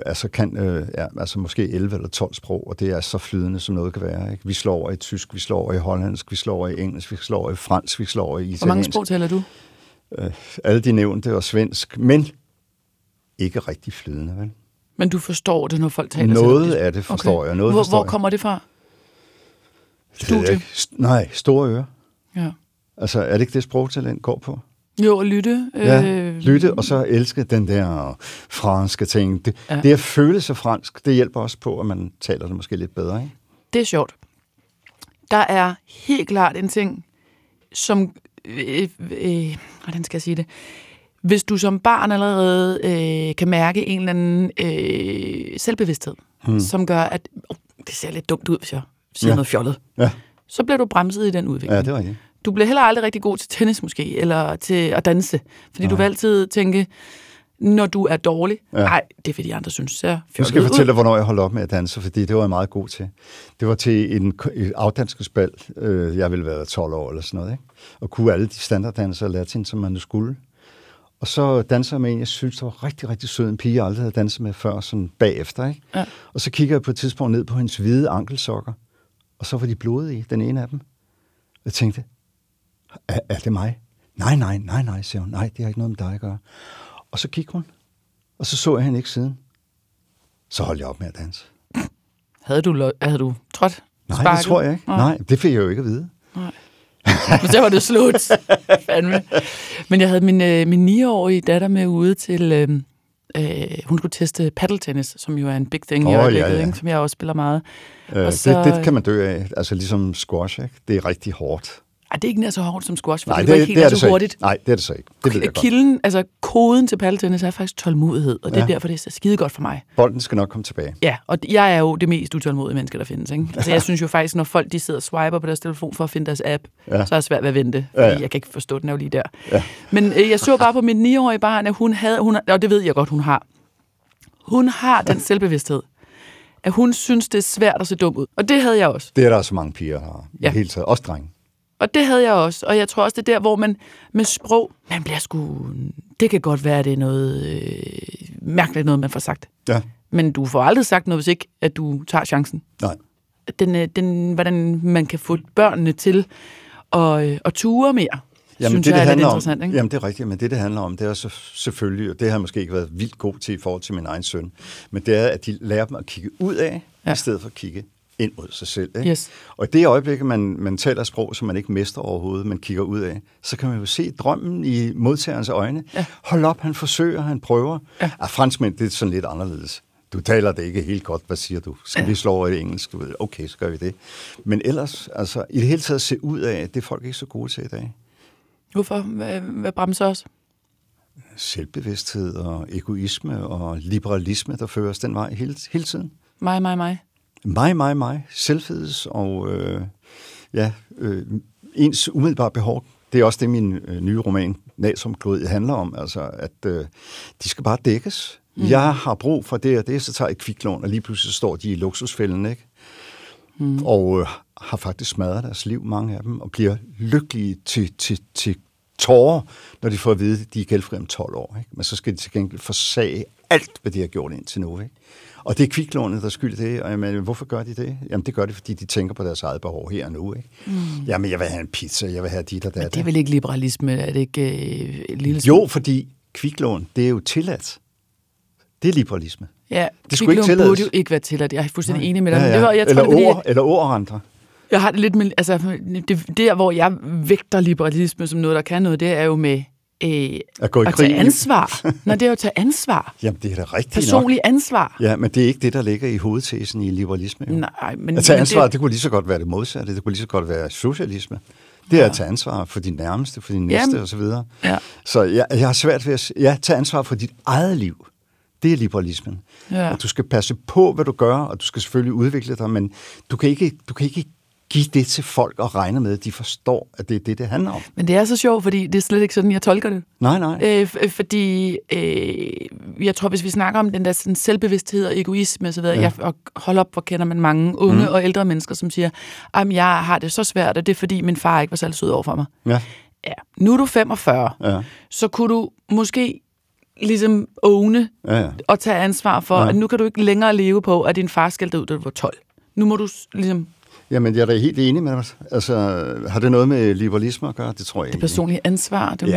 altså måske 11 eller 12 sprog, og det er så flydende, som noget kan være, ikke? Vi slår over i tysk, vi slår over i hollandsk, vi slår over i engelsk, vi slår over i fransk, vi slår over i italiensk. Hvor mange sprog taler du? Alle de nævnte, og svensk, men ikke rigtig flydende, vel? Men du forstår det, når folk taler? Noget af det forstår jeg. Hvor kommer det fra? Studie? Nej, store ører. Ja. Altså, er det ikke det sprogtalent går på? Jo, at lytte. Lytte, og så elske den der franske ting. Det at føle sig fransk, det hjælper også på, at man taler det måske lidt bedre, ikke? Det er sjovt. Der er helt klart en ting, som... hvordan skal jeg sige det? Hvis du som barn allerede kan mærke en eller anden selvbevidsthed, som gør, at det ser lidt dumt ud, hvis jeg siger noget fjollet. Ja. Så bliver du bremset i den udvikling. Ja, det var det. Du bliver heller aldrig rigtig god til tennis måske, eller til at danse. Fordi du vil altid tænke, når du er dårlig, nej, det er fordi andre synes, ser fjollet ud. Nu skal jeg fortælle dig, hvornår jeg holdt op med at danse, fordi det var jeg meget god til. Det var til et afdanskerspil. Jeg ville være 12 år eller sådan noget, ikke? Og kunne alle de standarddanser og latin, som man skulle. Og så danser jeg med en, jeg synes, der var rigtig, rigtig sød en pige, jeg aldrig havde danset med før, sådan bagefter, ikke? Ja. Og så kigger jeg på et tidspunkt ned på hendes hvide ankelsokker, og så var de blodige, den ene af dem. Og jeg tænkte, er det mig? Nej, siger hun. Nej, det har ikke noget med dig at gøre. Og så gik hun, og så jeg hende ikke siden. Så holdt jeg op med at danse. Havde du trådt? Nej, det tror jeg ikke. Nej, det fik jeg jo ikke at vide. Nej. Men så var det slut. Fandme. Men jeg havde min 9-årige datter med ude til... hun skulle teste paddeltennis, som jo er en big thing i øjeblikket, ikke? Som jeg også spiller meget. Og så, det kan man dø af. Altså ligesom squash, ikke? Det er rigtig hårdt. Ej, det er ikke nær så hårdt som squash, for det er ikke helt så hurtigt. Nej, det er det så ikke. Det ved jeg kilden, altså koden til paddeltennis er faktisk tålmodighed, og det er derfor, det er så skide godt for mig. Bolden skal nok komme tilbage. Ja, og jeg er jo det mest utålmodige menneske, der findes, ikke? Altså jeg synes jo faktisk, når folk de sidder og swiper på deres telefon for at finde deres app, så er det svært ved at vente, fordi jeg kan ikke forstå, den er jo lige der. Ja. Men jeg så bare på mit 9-årige barn, at hun og det ved jeg godt, hun har den selvbevidsthed, at hun synes, det er svært at se dum ud. Og det havde jeg også. Det er der også mange piger, der har. Ja. Helt taget. Også drenge. Og det havde jeg også. Og jeg tror også, det er der, hvor man med sprog, man bliver sgu... Det kan godt være, det er noget mærkeligt noget, man får sagt. Ja. Men du får aldrig sagt noget, hvis ikke, at du tager chancen. Nej. Hvordan man kan få børnene til at ture mere. Jamen, synes jeg er lidt interessant, ikke? Jamen, det er rigtigt, men det handler om, det er selvfølgelig, og det har jeg måske ikke været vildt god til i forhold til min egen søn, men det er, at de lærer dem at kigge ud af, i stedet for at kigge ind mod sig selv. Ikke? Yes. Og i det øjeblik, man taler sprog, som man ikke mestrer overhovedet, man kigger ud af, så kan man jo se drømmen i modtagerens øjne. Ja. Hold op, han forsøger, han prøver. Ja. Franskmænd, det er sådan lidt anderledes. Du taler det ikke helt godt, hvad siger du? Skal vi slå over i engelsk? Okay, så gør vi det. Men ellers, altså, i det hele taget se ud af, det er folk ikke så gode til i dag. Hvorfor? Hvad bremser os? Selvbevidsthed og egoisme og liberalisme, der fører os den vej hele tiden. Mig. Selvfeds og ens umiddelbare behov. Det er også det, min nye roman, Natriumklod, handler om. Altså, at de skal bare dækkes. Mm. Jeg har brug for det og det, så tager jeg et kviklån, og lige pludselig står de i luksusfælden, ikke? Mm. Og har faktisk smadret deres liv, mange af dem, og bliver lykkelige til tårer, når de får at vide, at de er gældfri om 12 år. Ikke? Men så skal de til gengæld forsage alt, hvad de har gjort indtil nu. Ikke? Og det er kviklånet, der skylder det. Og jamen, hvorfor gør de det? Jamen, det gør de, fordi de tænker på deres eget behov her og nu. Ikke? Mm. Jamen, jeg vil have en pizza, jeg vil have dit og dat. Men det er vel ikke liberalisme? Er det ikke et lille... Jo, fordi kviklån, det er jo tilladt. Det er liberalisme. Ja, kviklån burde jo ikke være tilladt. Jeg er fuldstændig enig med dig. Ja. Eller ordrenter. Jeg har det lidt med, altså, der hvor jeg vægter liberalisme som noget, der kan noget, det er jo med at tage ansvar. Når det er jo at tage ansvar. Jamen, det er da rigtigt personlig ansvar. Ja, men det er ikke det, der ligger i hovedtesen i liberalisme. Jo. Nej, men... At tage ansvar, det kunne lige så godt være det modsatte. Det kunne lige så godt være socialisme. Det er at tage ansvar for din nærmeste, for din næste og så videre. Ja. Så jeg har svært ved at tage ansvar for dit eget liv. Det er liberalismen. Ja. Og du skal passe på, hvad du gør, og du skal selvfølgelig udvikle dig, men du kan ikke give det til folk og regne med, at de forstår, at det er det handler om. Men det er så sjovt, fordi det er slet ikke sådan, jeg tolker det. Nej. Fordi jeg tror, hvis vi snakker om den der sådan, selvbevidsthed og egoisme og så videre, og hold op, hvor kender man mange unge og ældre mennesker, som siger, jeg har det så svært, og det er fordi, min far ikke var særlig sød over for mig. Ja. Nu er du 45, så kunne du måske ligesom ogne og tage ansvar for, at nu kan du ikke længere leve på, at din far skældte ud, da du var 12. Nu må du ligesom... Jamen, jeg er da helt enig med dig. Altså, har det noget med liberalisme at gøre? Det tror jeg ikke. Det personlige ansvar. Det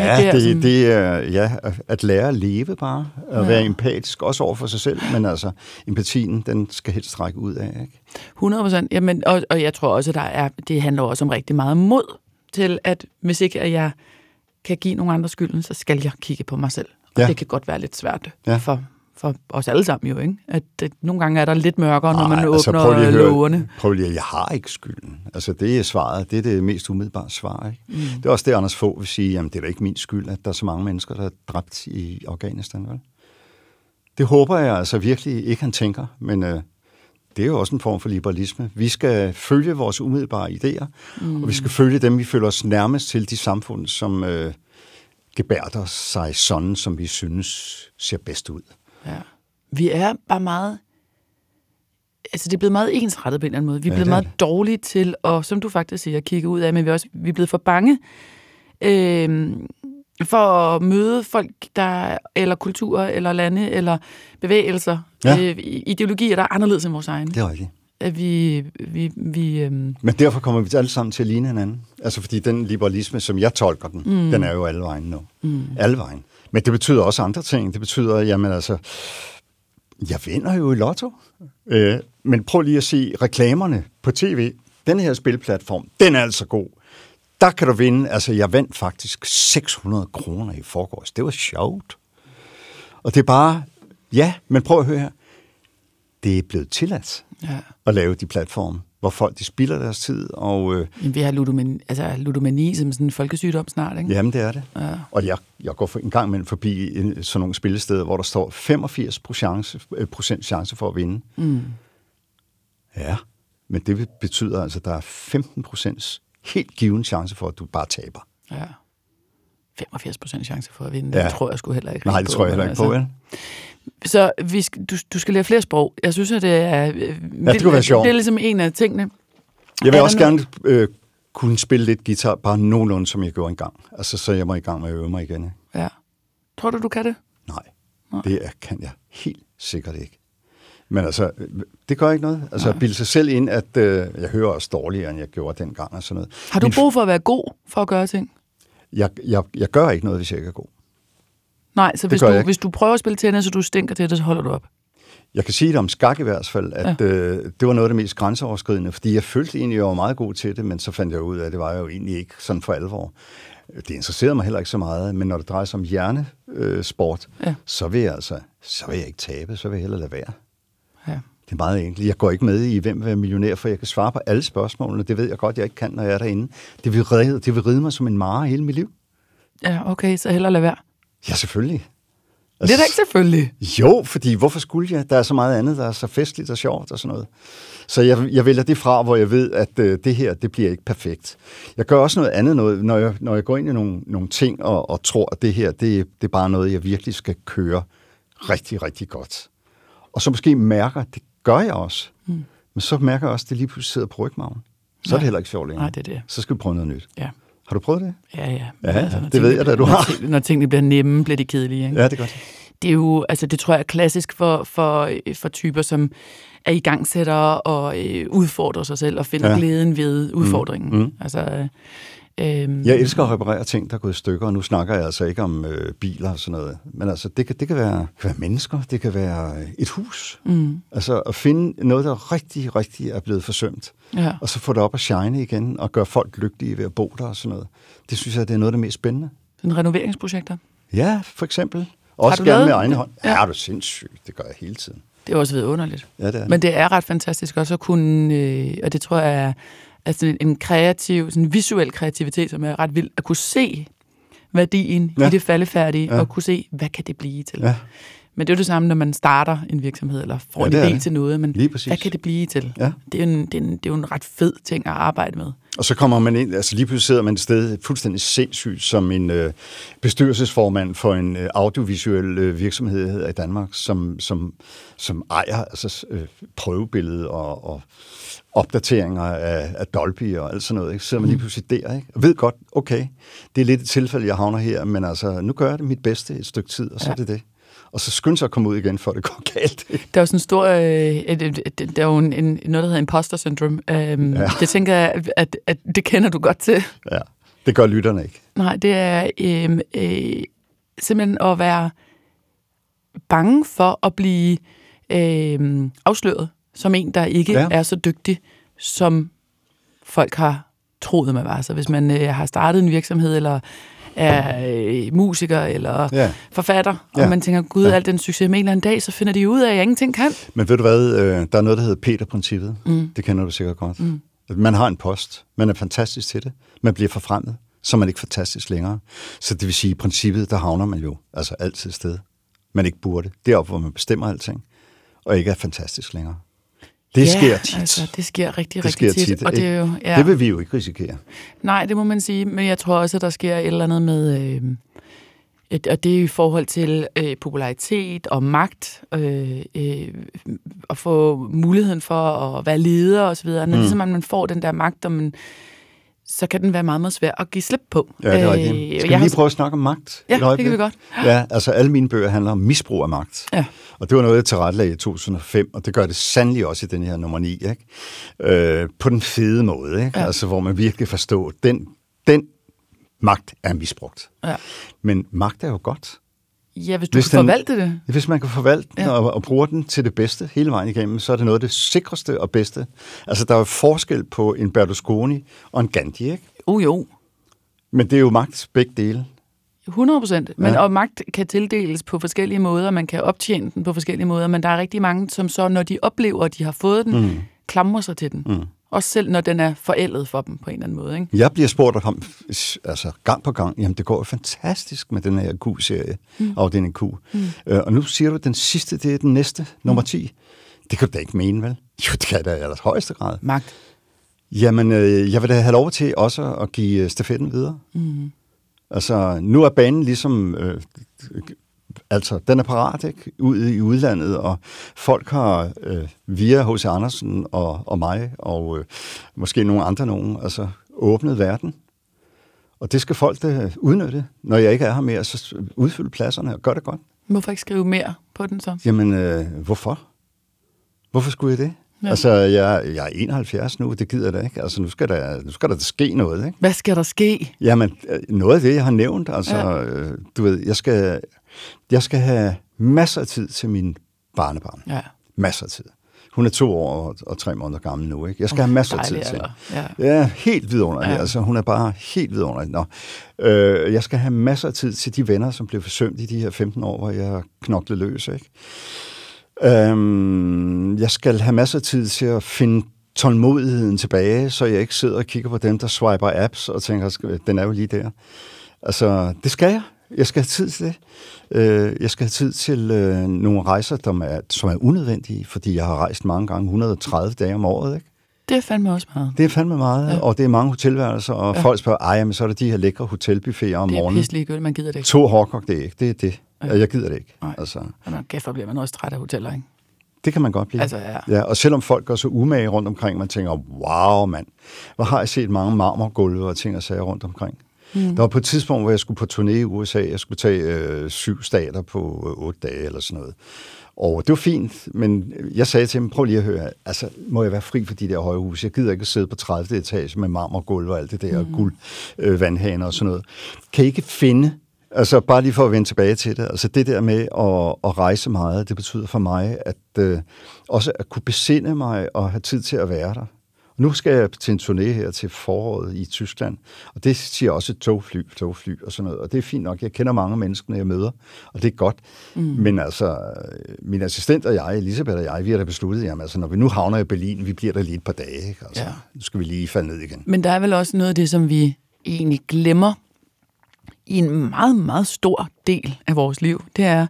er at lære at leve bare. At være empatisk, også over for sig selv. Men altså, empatien, den skal helst række ud af, ikke? 100%. Jamen, og jeg tror også, at det handler også om rigtig meget mod til, at hvis ikke at jeg kan give nogen andre skylden, så skal jeg kigge på mig selv. Og det kan godt være lidt svært for os alle sammen jo, ikke? At nogle gange er der lidt mørkere, når man åbner lågerne. Prøv lige, jeg har ikke skylden. Altså, det er svaret. Det er det mest umiddelbare svar, ikke? Mm. Det er også det, Anders Fogh vil sige, jamen, det er da ikke min skyld, at der er så mange mennesker, der er dræbt i Afghanistan, vel? Det håber jeg altså virkelig ikke, han tænker, men det er jo også en form for liberalisme. Vi skal følge vores umiddelbare idéer, og vi skal følge dem, vi føler os nærmest til, de samfund, som gebærder sig sådan, som vi synes ser bedst ud. Ja. Vi er bare meget... Altså, det er blevet meget ensrettet på en eller anden måde. Vi er blevet meget dårlige til at, som du faktisk siger, kigge ud af, men vi er blevet for bange for at møde folk, der eller kulturer, eller lande, eller bevægelser, ideologier, der er anderledes end vores egne. Det er rigtigt. At Men derfor kommer vi alle sammen til at ligne hinanden. Altså, fordi den liberalisme, som jeg tolker den, den er jo alle vejen nu. Alle vejen. Men det betyder også andre ting. Det betyder, jamen altså, jeg vinder jo i lotto. Men prøv lige at se reklamerne på tv. Den her spilplatform, den er altså god. Der kan du vinde. Altså, jeg vandt faktisk 600 kroner i forgårs. Det var sjovt. Og det er bare, men prøv at høre her. Det er blevet tilladt at lave de platforme, hvor folk de spilder deres tid. Og, vi har ludomani som sådan en folkesygdom snart, ikke? Jamen, det er det. Ja. Og jeg går en gang imellem forbi sådan nogle spillesteder, hvor der står 85% chance for at vinde. Ja, men det betyder altså, at der er 15% helt given chance for, at du bare taber. Ja. 85% chance for at vinde. Det tror jeg sgu heller ikke. Nej, det tror jeg heller ikke på, vel? Så du skal lære flere sprog. Jeg synes, at det er... det kunne være sjovt. Det er ligesom en af tingene. Jeg vil også gerne kunne spille lidt guitar, bare nogenlunde, som jeg gjorde engang. Altså, så jeg må i gang med at øve mig igen. Ikke? Ja. Tror du kan det? Nej, det kan jeg helt sikkert ikke. Men altså, det gør ikke noget. Altså, at bilde sig selv ind, at jeg hører også dårligere, end jeg gjorde dengang og sådan noget. Har du brug for at være god for at gøre ting? Jeg gør ikke noget, hvis jeg ikke er god. Nej, så hvis du prøver at spille tennis, og du stinker til det, så holder du op. Jeg kan sige det om skak i hvert fald, at det var noget af det mest grænseoverskridende, fordi jeg følte egentlig, at jeg var meget god til det, men så fandt jeg ud af, at det var jo egentlig ikke sådan for alvor. Det interesserede mig heller ikke så meget, men når det drejer sig om hjernesport, så vil jeg ikke tabe, så vil jeg hellere lade være. Ja. Det er meget enkelt. Jeg går ikke med i, hvem vil være millionær, for jeg kan svare på alle spørgsmålene. Det ved jeg godt, jeg ikke kan, når jeg er derinde. Det vil ride mig som en mare hele mit liv. Ja, okay, så hellere lade være. Ja, selvfølgelig. Altså, det er da ikke selvfølgelig. Jo, fordi hvorfor skulle jeg? Der er så meget andet, der er så festligt og sjovt og sådan noget. Så jeg vælger det fra, hvor jeg ved, at det her, det bliver ikke perfekt. Jeg gør også noget andet, når jeg går ind i nogle ting og tror, at det her, det er bare noget, jeg virkelig skal køre rigtig, rigtig godt. Og så måske mærker, det gør jeg også. Men så mærker jeg også, at det lige pludselig sidder på rygmarven. Så er det heller ikke sjovt længere. Nej, det er det. Så skal vi prøve noget nyt. Ja. Har du prøvet det? Ja. Altså, det ved jeg da, du har. Når tingene bliver nemme, bliver de kedelige. Ikke? Ja, det er godt. Det er jo, altså det tror jeg er klassisk for typer, som er igangsættere og udfordrer sig selv og finder glæden ved udfordringen. Altså, jeg elsker at reparere ting, der er gået i stykker, og nu snakker jeg altså ikke om biler og sådan noget. Men altså, det kan være mennesker, det kan være et hus. Altså at finde noget, der rigtig, rigtig er blevet forsømt. Ja. Og så få det op at shine igen, og gøre folk lykkelige ved at bo der og sådan noget. Det synes jeg, det er noget af det mest spændende. Sådan renoveringsprojekter? Ja, for eksempel. Også gerne med egne hånd. Ja, er du sindssygt. Det gør jeg hele tiden. Det er også vidunderligt. Ja, det er. Men det er ret fantastisk også at kunne, og det tror jeg er altså en kreativ, sådan en visuel kreativitet, som er ret vild, at kunne se værdien i det faldefærdige, og kunne se, hvad kan det blive til. Ja. Men det er jo det samme, når man starter en virksomhed, eller får en idé til noget, men hvad kan det blive til? Ja. Det er jo en ret fed ting at arbejde med. Og så kommer man ind, altså lige pludselig sidder man et sted fuldstændig sindssygt, som en bestyrelsesformand for en audiovisuel virksomhed i Danmark, som ejer altså prøvebillede og opdateringer af Dolby og alt sådan noget. Ikke? Så sidder man lige pludselig der, ikke? Og ved godt, okay, det er lidt et tilfælde, jeg havner her, men altså, nu gør jeg det mit bedste et stykke tid, og så er det det. Og så skynd sig at komme ud igen, for det går galt. Der er jo sådan en stor... der er jo noget, der hedder imposter syndrome. Det tænker jeg, at det kender du godt til. Ja, det gør lytterne ikke. Nej, det er simpelthen at være bange for at blive afsløret som en, der ikke er så dygtig, som folk har troet man var. Så hvis man har startet en virksomhed, eller er musiker eller forfatter, og man tænker, gud, al den succes med en eller anden dag, så finder de ud af, at jeg ingenting kan. Men ved du hvad, der er noget, der hedder Peter-princippet. Det kender du sikkert godt. Man har en post, man er fantastisk til det, man bliver forfremmet, så er man ikke fantastisk længere. Så det vil sige, i princippet, der havner man jo altså altid et sted, man ikke burde. Deroppe, hvor man bestemmer alting, og ikke er fantastisk længere. Det sker tit. Altså, det sker rigtig sker tit. Og det, er jo, det vil vi jo ikke risikere. Nej, det må man sige. Men jeg tror også, at der sker et eller andet med... og det er i forhold til popularitet og magt, at få muligheden for at være leder og så videre. Når ligesom man får den der magt, så kan den være meget, meget svær at give slip på. Ja, det er rigtigt. Skal vi lige prøve at snakke om magt? Ja, det kan vi godt. Ja, altså alle mine bøger handler om misbrug af magt. Ja. Og det var noget, jeg tilrettelagde i 2005, og det gør det sandelig også i den her nummer 9, ikke? På den fede måde, ikke? Ja. Altså hvor man virkelig forstår, den magt er misbrugt. Ja. Men magt er jo godt. Ja, hvis du kan forvalte det. Hvis man kan forvalte den og bruge den til det bedste hele vejen igennem, så er det noget af det sikreste og bedste. Altså, der er jo forskel på en Berlusconi og en Gandhi, ikke? Jo. Men det er jo magt begge dele. 100%. Men og magt kan tildeles på forskellige måder, man kan optjene den på forskellige måder, men der er rigtig mange, som så, når de oplever, at de har fået den, klamrer sig til den. Også selv når den er forældet for dem på en eller anden måde. Ikke? Jeg bliver spurgt om, altså gang på gang, jamen det går jo fantastisk med den her Q-serie, afdeling Q. Og nu siger du, at den sidste, det er den næste, nummer 10. Det kan du da ikke mene, vel? Jo, det kan da i højeste grad. Magt. Jamen, jeg vil da have lov til også at give stafetten videre. Altså, nu er banen ligesom... Altså, den er parat, ikke? Ude i udlandet, og folk har via H.C. Andersen og mig, og måske nogle andre nogen, altså åbnet verden. Og det skal folk da udnytte. Når jeg ikke er her mere, så udfylde pladserne og gør det godt. Hvorfor ikke skrive mere på den så? Jamen, hvorfor? Hvorfor skulle jeg det? Ja. Altså, jeg er 71 nu, det gider jeg da ikke. Altså, nu skal der ske noget, ikke? Hvad skal der ske? Jamen, noget af det, jeg har nævnt, altså, du ved, jeg skal have masser af tid til min barnebarn. Ja. Masser af tid. Hun er 2 år og 3 måneder gammel nu, ikke? Jeg skal have masser af tid til. Ja, helt vidunderligt. Ja. Altså, hun er bare helt vidunderligt. Jeg skal have masser af tid til de venner, som blev forsømt i de her 15 år, hvor jeg knoklede løs, ikke? Jeg skal have masser af tid til at finde tålmodigheden tilbage, så jeg ikke sidder og kigger på dem, der swiper apps og tænker, den er jo lige der. Altså, det skal jeg. Jeg skal have tid til det. Jeg skal have tid til nogle rejser, som er unødvendige, fordi jeg har rejst mange gange, 130 dage om året, ikke? Det er fandme også meget. Det er fandme meget, og det er mange hotelværelser, og folk spørger, men så er der de her lækre hotelbuffeter om morgenen. Det er pisselig godt, man gider det ikke. 2 hårdkogt, det er ikke. Det er det. Jeg gider det ikke. Altså. Kæft, bliver man også træt af hoteller, ikke? Det kan man godt blive. Altså, ja, og selvom folk går så umage rundt omkring, man tænker, wow, mand, hvor har jeg set mange marmorgulve og ting og sager rundt omkring. Der var på et tidspunkt, hvor jeg skulle på turné i USA. Jeg skulle tage 7 stater på 8 dage eller sådan noget. Og det var fint, men jeg sagde til dem, prøv lige at høre, altså, må jeg være fri for de der høje huse? Jeg gider ikke at sidde på 30. etage med marmorgulve og alt det der, guld, vandhaner og sådan noget. Kan I ikke finde, altså bare lige for at vende tilbage til det, altså det der med at rejse meget, det betyder for mig, at også at kunne besinde mig og have tid til at være der. Nu skal jeg til en turné her til foråret i Tyskland, og det siger også togfly og sådan noget, og det er fint nok. Jeg kender mange mennesker, jeg møder, og det er godt. Men altså, min assistent og jeg, Elisabeth og jeg, vi har da besluttet, jamen altså, når vi nu havner i Berlin, vi bliver der lige et par dage, ikke? Altså, nu skal vi lige falde ned igen. Men der er vel også noget af det, som vi egentlig glemmer i en meget, meget stor del af vores liv. Det er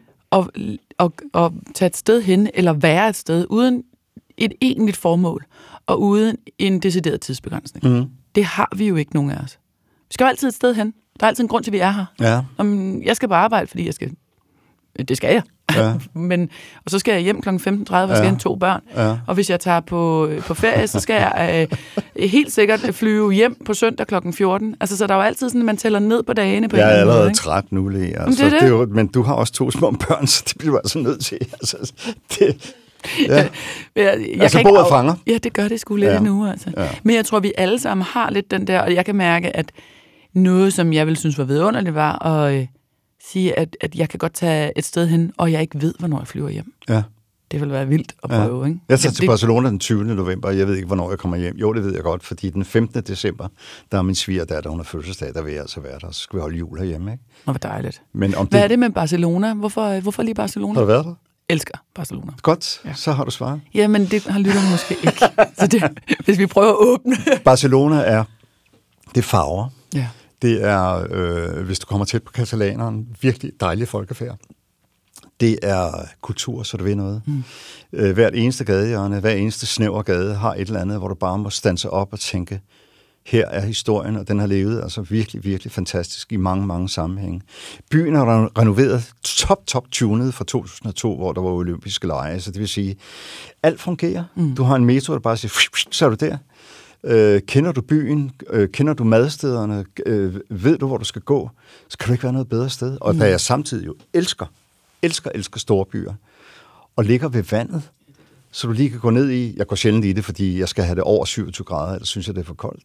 at tage et sted hen, eller være et sted, uden et egentligt formål, og uden en decideret tidsbegrænsning. Det har vi jo ikke nogen af os. Vi skal jo altid et sted hen. Der er altid en grund til, at vi er her. Ja. Jeg skal på arbejde, fordi jeg skal... Det skal jeg. Ja. Og så skal jeg hjem kl. 15.30 og skal hente 2 børn. Ja. Og hvis jeg tager på ferie, så skal jeg helt sikkert flyve hjem på søndag kl. 14. Altså, så der er jo altid sådan, at man tæller ned på dagene. På jeg er allerede træt nu, Lea. Altså, det er jo, men du har også 2 små børn, så det bliver du altså nødt til. Altså, det... Ja. Altså bordet fanger. Ja, det gør det sgu lidt nu. Altså. Ja. Men jeg tror, vi alle sammen har lidt den der, og jeg kan mærke, at noget, som jeg ville synes var vidunderligt, var at sige, at jeg kan godt tage et sted hen, og jeg ikke ved, hvornår jeg flyver hjem. Ja. Det vil være vildt at prøve, ikke? Jeg tager til Barcelona den 20. november, og jeg ved ikke, hvornår jeg kommer hjem. Jo, det ved jeg godt, fordi den 15. december, der er min svigerdatter, hun har fødselsdag, der vil jeg altså være der, så skal vi holde jul herhjemme, ikke? Hvor dejligt. Men hvad er det med Barcelona? Hvorfor lige Barcelona? Har du været der? Elsker Barcelona. Godt, så har du svaret. Jamen, det har lytterne måske ikke. Så det, hvis vi prøver at åbne. Barcelona det er farver. Ja. Det er, hvis du kommer tæt på katalaneren, virkelig dejlige folkefærd. det er kultur, så du ved noget. Hvert eneste gadehjørne, hver eneste snæver gade har et eller andet, hvor du bare må standse op og tænke, her er historien, og den har levet altså virkelig, virkelig fantastisk i mange, mange sammenhænge. Byen er renoveret top tunet fra 2002, hvor der var olympiske lege, så det vil sige, alt fungerer. Du har en metro, der bare siger, så er du der. Kender du byen? Kender du madstederne? Ved du, hvor du skal gå? Så kan du ikke være noget bedre sted. Og da jeg samtidig jo elsker store byer, og ligger ved vandet, så du lige kan gå ned i, jeg går sjældent i det, fordi jeg skal have det over 27 grader, ellers synes jeg, det er for koldt.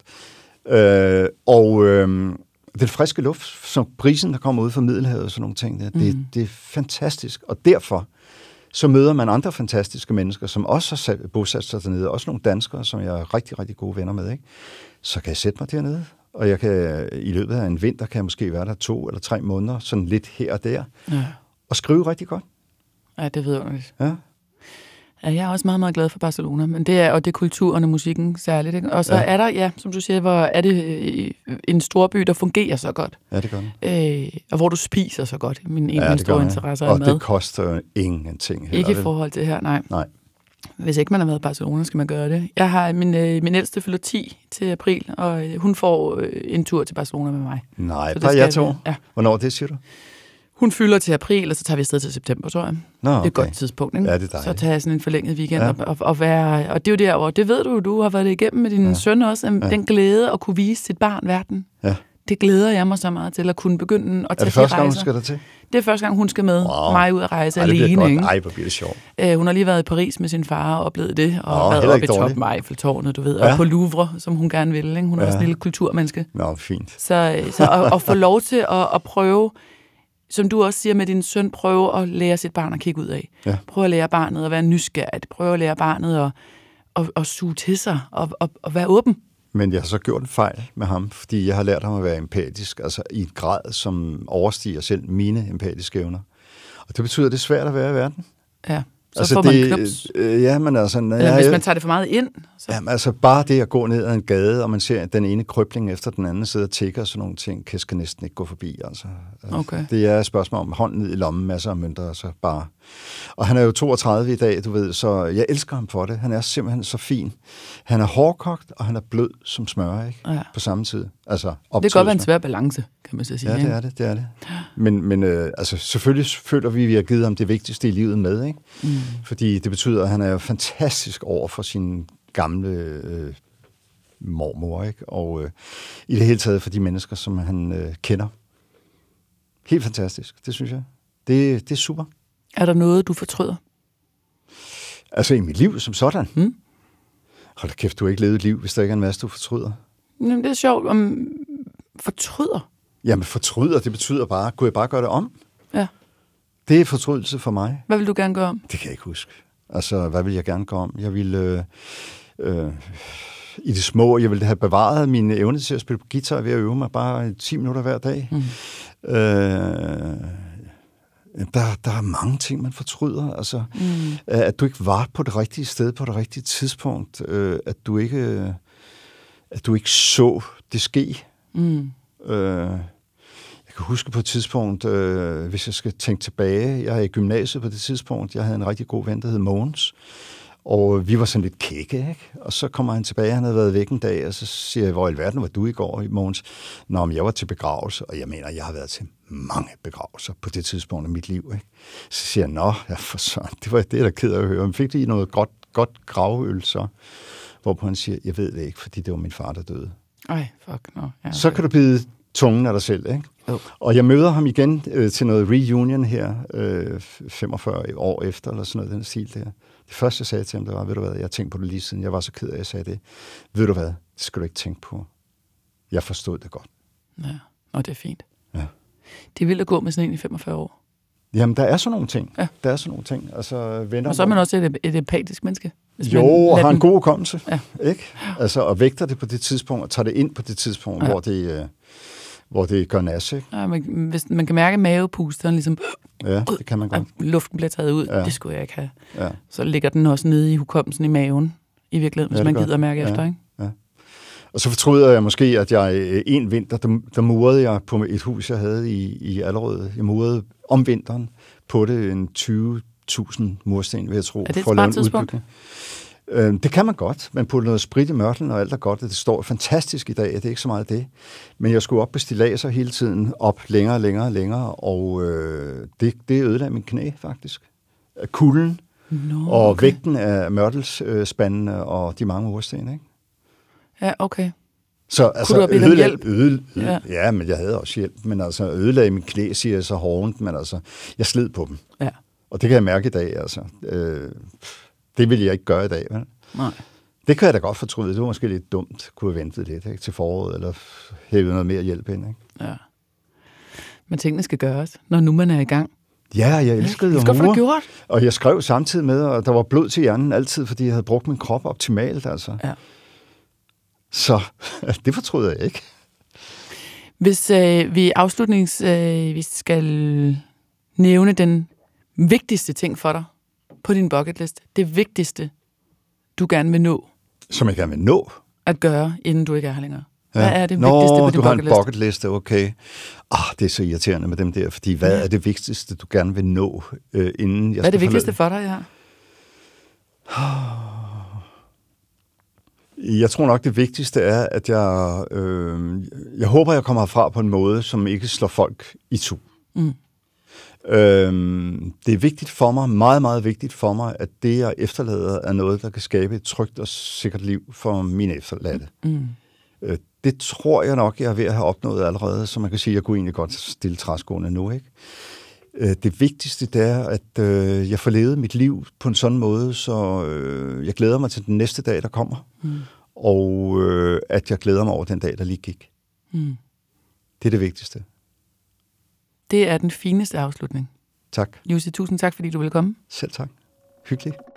Den friske luft, som brisen, der kommer ud fra Middelhavet og sådan nogle ting, det er fantastisk. Og derfor så møder man andre fantastiske mennesker, som også har bosat sig dernede, også nogle danskere, som jeg er rigtig, rigtig gode venner med, ikke? Så kan jeg sætte mig dernede, og jeg kan i løbet af en vinter, kan jeg måske være der 2 eller 3 måneder, sådan lidt her og der, og skrive rigtig godt. Ja, det ved jeg. Ja. Ja, jeg er også meget, meget glad for Barcelona, men det er kulturen og musikken særligt, ikke? Og så er der, som du siger, hvor er det en storby, der fungerer så godt. Ja, det gør den. Og hvor du spiser så godt. Min store interesse er mad. Og det koster ingenting. Ikke i forhold til det her, nej. Hvis ikke man har været i Barcelona, skal man gøre det. Jeg har min ældste fylder 10 til april, og hun får en tur til Barcelona med mig. Nej, bare jeg to. Ja. Hvornår det, siger du? Hun fylder til april, og så tager vi afsted til september, tror jeg. Nå, okay. Det er et godt tidspunkt, ikke? Ja, det er dejligt. Så tager jeg sådan en forlænget weekend og det er jo der, hvor det ved du har været det igennem med din søn også, den glæde at kunne vise sit barn verden. Ja. Det glæder jeg mig så meget til at kunne begynde at tage de rejser. Er det første gang, hun skal der til? Det er første gang, hun skal med mig ud at rejse alene. Ikke? Ej, hvor bliver det sjovt. Hun har lige været i Paris med sin far og oplevet det, og været oppe i toppen af Eiffeltårnet, du ved, og på Louvre, som hun gerne vil. Ikke? Hun er også en lille kulturmenneske. Nå, fint. Så at få lov til at prøve, som du også siger med din søn, prøve at lære sit barn at kigge ud af. Ja. Prøve at lære barnet at være nysgerrig. Prøve at lære barnet at suge til sig og være åben. Men jeg har så gjort en fejl med ham, fordi jeg har lært ham at være empatisk, altså i en grad, som overstiger selv mine empatiske evner. Og det betyder, at det er svært at være i verden. Ja, så altså får man knups. Ja, men altså... Eller hvis man tager det for meget ind. Så. Jamen, altså bare det at gå ned ad en gade, og man ser den ene krøbling efter den anden sidde og tigger og sådan nogle ting, kan jeg næsten ikke gå forbi, altså. Okay. Det er et spørgsmål om hånden ned i lommen, masser af mønter, altså bare... Og han er jo 32 i dag, du ved, så jeg elsker ham for det. Han er simpelthen så fin. Han er hårdkogt, og han er blød som smør, ikke? Ja. På samme tid. Altså, det kan godt være en svær balance, kan man så sige. Ja, det er det. Men altså, selvfølgelig føler vi har givet ham det vigtigste i livet med, ikke? Fordi det betyder, at han er fantastisk over for sin gamle mormor, ikke? Og i det hele taget for de mennesker, som han kender. Helt fantastisk, det synes jeg. Det er super. Er der noget, du fortryder? Altså i mit liv som sådan? Hold da kæft, du har ikke levet et liv, hvis der ikke er en masse, du fortryder. Jamen, det er sjovt. Fortryder? Jamen fortryder, det betyder bare, kunne jeg bare gøre det om? Ja. Det er fortrydelse for mig. Hvad vil du gerne gøre om? Det kan jeg ikke huske. Altså, hvad vil jeg gerne gøre om? Jeg ville... I det små, jeg ville have bevaret mine evne til at spille på guitar ved at øve mig bare 10 minutter hver dag. Der er mange ting, man fortryder. Altså, at du ikke var på det rigtige sted på det rigtige tidspunkt. At du ikke så det ske. Jeg kan huske på et tidspunkt, hvis jeg skal tænke tilbage, jeg er i gymnasiet på det tidspunkt, jeg havde en rigtig god ven, der hed Mogens, og vi var sådan lidt kække, ikke? Og så kommer han tilbage, han havde været væk en dag, og så siger jeg, hvor i alverden var du i går, Mogens? Nå, men jeg var til begravelse, og jeg mener, jeg har været til mange begravelser på det tidspunkt af mit liv, ikke? Så siger jeg, nå, ja, for sådan, det var det, der ked af at høre. Men fik lige noget godt gravøl, så, hvorpå han siger, jeg ved det ikke, fordi det var min far, der døde. Ej, fuck, no. Ja, så kan du bide tungen af dig selv, ikke? Og jeg møder ham igen til noget reunion her, 45 år efter, eller sådan noget, den stil der. Det første, jeg sagde til ham, det var, ved du hvad, jeg tænkte på det lige siden, jeg var så ked af, at jeg sagde det. Ved du hvad, det skal du ikke tænke på. Jeg forstod det godt. Ja, og det er fint. Ja. Det er vildt at gå med sådan en i 45 år. Jamen, der er sådan nogle ting. Ja. Der er sådan nogle ting. Altså, venner, og så er man også et empatisk menneske. Jo, og har en god hukommelse. Ja. Ikke? Altså, og vægter det på det tidspunkt, og tager det ind på det tidspunkt, hvor det gør nas, ikke? Ja, hvis man kan mærke mavepusteren, ligesom... Ja, det kan man godt. Luften bliver taget ud. Ja. Det skulle jeg ikke have. Ja. Så ligger den også nede i hukommelsen i maven, i virkeligheden, hvis man gider at mærke efter, ikke? Ja. Og så fortryder jeg måske, at jeg en vinter, der murede jeg på et hus, jeg havde i Allerød. Jeg murede om vinteren på det en 20.000 mursten, vil jeg tro. Er det et smart tidspunkt? Det kan man godt. Man putter noget sprit i mørtlen, og alt er godt. Det står fantastisk i dag, det er ikke så meget det. Men jeg skulle op på stilladser hele tiden, op længere, og det ødelagde min knæ, faktisk. Kulden og vægten af mørtelsspandene og de mange mursten, ikke? Ja, okay. Så altså, kunne du have bedt om hjælp? Ja, men jeg havde også hjælp. Men altså, ødelagde min knæ, siger jeg så hårdt, men altså, jeg sled på dem. Ja. Og det kan jeg mærke i dag, altså. Det ville jeg ikke gøre i dag, vel? Nej. Det kan jeg da godt fortryde. Det var måske lidt dumt, kunne have ventet lidt, ikke, til foråret, eller hævet noget mere hjælp ind, ikke? Ja. Men tingene skal gøres, når nu man er i gang. Ja, jeg elskede at mure. Gjort. Og jeg skrev samtidig med, og der var blod til hjernen altid, fordi jeg havde brugt min krop optimalt, altså. Ja. Så det fortryder jeg ikke. Hvis vi afslutningsvis skal nævne den vigtigste ting for dig på din bucketlist, det vigtigste, du gerne vil nå. Som jeg gerne vil nå? At gøre, inden du ikke er her længere. Hvad er det vigtigste på din du bucketlist? har en bucketliste, okay. Det er så irriterende med dem der, fordi hvad er det vigtigste, du gerne vil nå, inden jeg Hvad er det vigtigste for dig, her? Jeg tror nok, det vigtigste er, at jeg håber, jeg kommer herfra på en måde, som ikke slår folk i to. Mm. Det er vigtigt for mig, meget, meget vigtigt for mig, at det, jeg efterlader, er noget, der kan skabe et trygt og sikkert liv for mine efterladte. Mm. Det tror jeg nok, jeg er ved at have opnået allerede, så man kan sige, at jeg kunne egentlig godt stille træskoene nu, ikke? Det vigtigste, det er, at jeg får levet mit liv på en sådan måde, så jeg glæder mig til den næste dag, der kommer, og at jeg glæder mig over den dag, der lige gik. Mm. Det er det vigtigste. Det er den fineste afslutning. Tak. Jussi, tusind tak, fordi du ville komme. Selv tak. Hyggeligt.